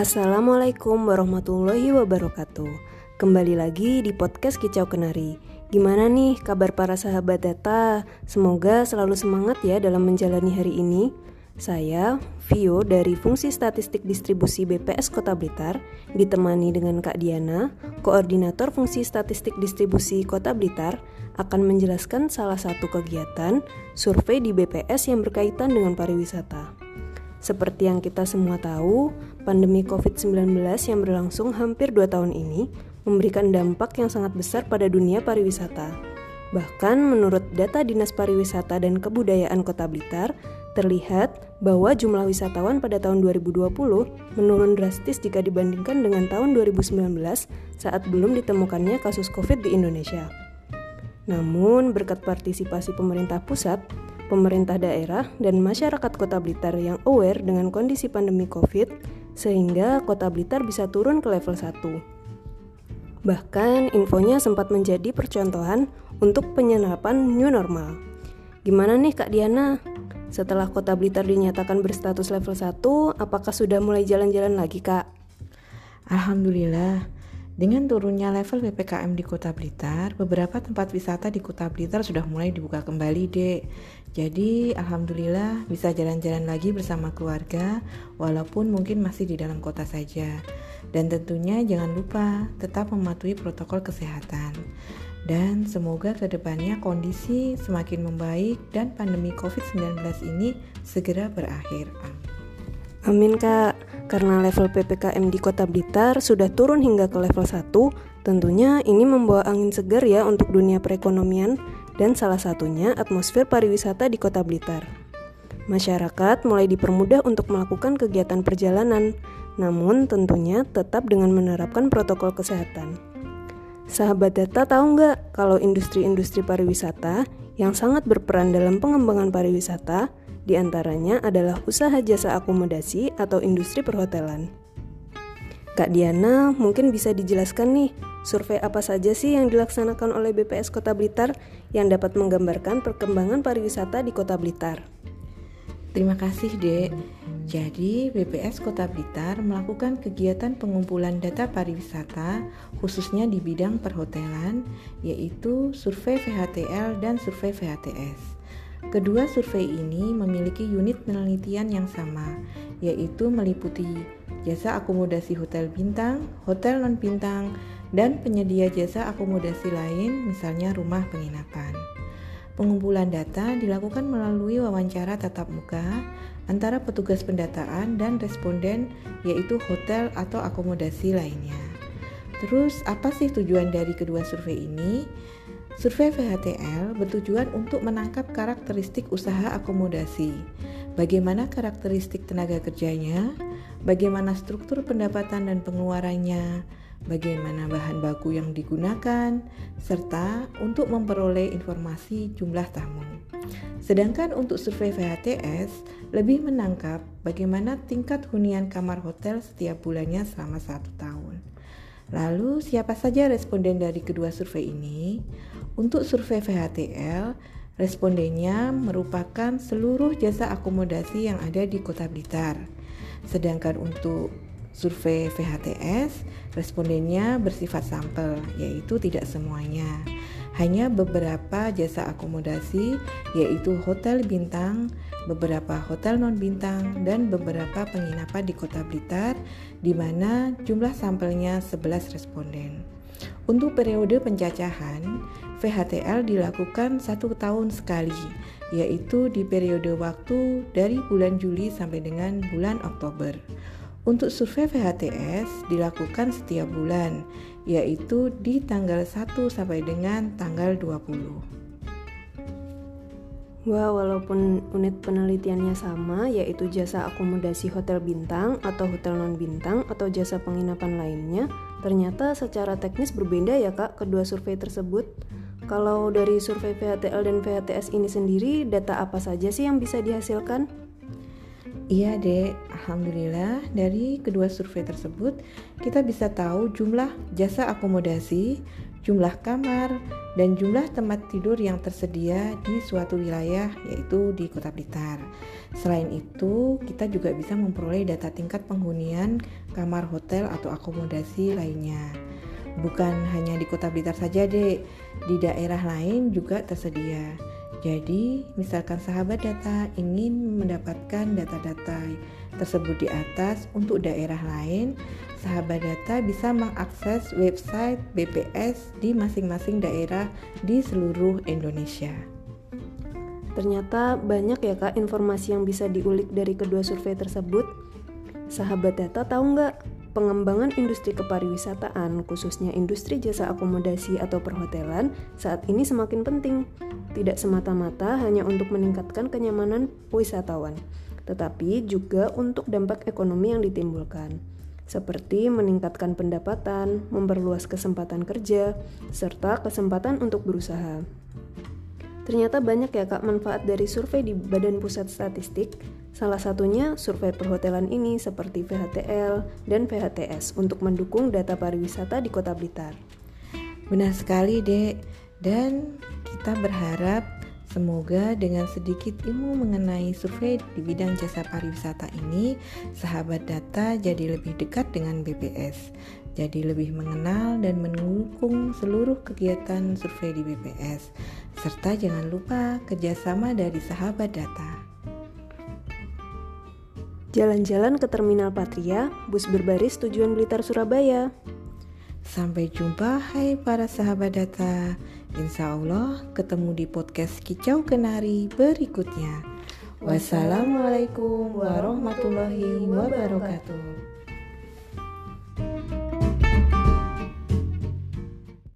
Assalamualaikum warahmatullahi wabarakatuh. Kembali lagi di podcast Kicau Kenari. Gimana nih kabar para sahabat data? Semoga selalu semangat ya dalam menjalani hari ini. Saya, Vio dari Fungsi Statistik Distribusi BPS Kota Blitar, ditemani dengan Kak Diana, Koordinator Fungsi Statistik Distribusi Kota Blitar, akan menjelaskan salah satu kegiatan survei di BPS yang berkaitan dengan pariwisata. Seperti yang kita semua tahu, pandemi COVID-19 yang berlangsung hampir 2 tahun ini memberikan dampak yang sangat besar pada dunia pariwisata. Bahkan menurut data Dinas Pariwisata dan Kebudayaan Kota Blitar, terlihat bahwa jumlah wisatawan pada tahun 2020 menurun drastis jika dibandingkan dengan tahun 2019 saat belum ditemukannya kasus COVID di Indonesia. Namun, berkat partisipasi pemerintah pusat, pemerintah daerah, dan masyarakat Kota Blitar yang aware dengan kondisi pandemi COVID, sehingga Kota Blitar bisa turun ke level 1. Bahkan, infonya sempat menjadi percontohan untuk penyerapan new normal. Gimana nih Kak Diana? Setelah Kota Blitar dinyatakan berstatus level 1, apakah sudah mulai jalan-jalan lagi, Kak? Alhamdulillah, dengan turunnya level PPKM di Kota Blitar, beberapa tempat wisata di Kota Blitar sudah mulai dibuka kembali, Dek. Jadi, alhamdulillah bisa jalan-jalan lagi bersama keluarga, walaupun mungkin masih di dalam kota saja. Dan tentunya jangan lupa tetap mematuhi protokol kesehatan. Dan semoga kedepannya kondisi semakin membaik dan pandemi COVID-19 ini segera berakhir. Amin Kak, karena level PPKM di Kota Blitar sudah turun hingga ke level 1, tentunya ini membawa angin segar ya untuk dunia perekonomian dan salah satunya atmosfer pariwisata di Kota Blitar. Masyarakat mulai dipermudah untuk melakukan kegiatan perjalanan, namun tentunya tetap dengan menerapkan protokol kesehatan. Sahabat data tahu nggak kalau industri-industri pariwisata yang sangat berperan dalam pengembangan pariwisata di antaranya adalah usaha jasa akomodasi atau industri perhotelan. Kak Diana, mungkin bisa dijelaskan nih, survei apa saja sih yang dilaksanakan oleh BPS Kota Blitar yang dapat menggambarkan perkembangan pariwisata di Kota Blitar? Terima kasih, Dek. Jadi, BPS Kota Blitar melakukan kegiatan pengumpulan data pariwisata khususnya di bidang perhotelan, yaitu survei VHTL dan survei VHTS. Kedua survei ini memiliki unit penelitian yang sama, yaitu meliputi jasa akomodasi hotel bintang, hotel non-bintang, dan penyedia jasa akomodasi lain, misalnya rumah penginapan. Pengumpulan data dilakukan melalui wawancara tatap muka antara petugas pendataan dan responden, yaitu hotel atau akomodasi lainnya. Terus, apa sih tujuan dari kedua survei ini? Survei VHTL bertujuan untuk menangkap karakteristik usaha akomodasi, bagaimana karakteristik tenaga kerjanya, bagaimana struktur pendapatan dan pengeluarannya, bagaimana bahan baku yang digunakan, serta untuk memperoleh informasi jumlah tamu. Sedangkan untuk survei VHTS lebih menangkap bagaimana tingkat hunian kamar hotel setiap bulannya selama 1 tahun. Lalu siapa saja responden dari kedua survei ini? Untuk survei VHTL, respondennya merupakan seluruh jasa akomodasi yang ada di Kota Blitar. Sedangkan untuk survei VHTS, respondennya bersifat sampel, yaitu tidak semuanya. Hanya beberapa jasa akomodasi, yaitu hotel bintang, beberapa hotel non-bintang, dan beberapa penginapan di Kota Blitar, di mana jumlah sampelnya 11 responden. Untuk periode pencacahan, VHTL dilakukan 1 tahun sekali, yaitu di periode waktu dari bulan Juli sampai dengan bulan Oktober. Untuk survei VHTS dilakukan setiap bulan, yaitu di tanggal 1 sampai dengan tanggal 20. Wah, walaupun unit penelitiannya sama, yaitu jasa akomodasi hotel bintang atau hotel non-bintang atau jasa penginapan lainnya, ternyata secara teknis berbeda ya Kak kedua survei tersebut. Kalau dari survei VHTL dan VHTS ini sendiri, data apa saja sih yang bisa dihasilkan? Iya Dek, alhamdulillah dari kedua survei tersebut kita bisa tahu jumlah jasa akomodasi, jumlah kamar, dan jumlah tempat tidur yang tersedia di suatu wilayah, yaitu di Kota Blitar. Selain itu, kita juga bisa memperoleh data tingkat penghunian kamar hotel atau akomodasi lainnya. Bukan hanya di Kota Blitar saja, Dek. Di daerah lain juga tersedia. Jadi, misalkan sahabat data ingin mendapatkan data-data tersebut di atas untuk daerah lain, sahabat data bisa mengakses website BPS di masing-masing daerah di seluruh Indonesia. Ternyata banyak ya Kak informasi yang bisa diulik dari kedua survei tersebut. Sahabat data tahu nggak? Pengembangan industri kepariwisataan, khususnya industri jasa akomodasi atau perhotelan, saat ini semakin penting. Tidak semata-mata hanya untuk meningkatkan kenyamanan wisatawan, tetapi juga untuk dampak ekonomi yang ditimbulkan, seperti meningkatkan pendapatan, memperluas kesempatan kerja, serta kesempatan untuk berusaha. Ternyata banyak ya Kak manfaat dari survei di Badan Pusat Statistik. Salah satunya survei perhotelan ini seperti VHTL dan VHTS untuk mendukung data pariwisata di Kota Blitar. Benar sekali, Dek. Dan kita berharap semoga dengan sedikit ilmu mengenai survei di bidang jasa pariwisata ini, sahabat data jadi lebih dekat dengan BPS, jadi lebih mengenal dan mendukung seluruh kegiatan survei di BPS, serta jangan lupa kerjasama dari sahabat data. Jalan-jalan ke Terminal Patria, bus berbaris tujuan Blitar Surabaya. Sampai jumpa hai para sahabat data. Insya Allah ketemu di podcast Kicau Kenari berikutnya. Wassalamualaikum warahmatullahi wabarakatuh.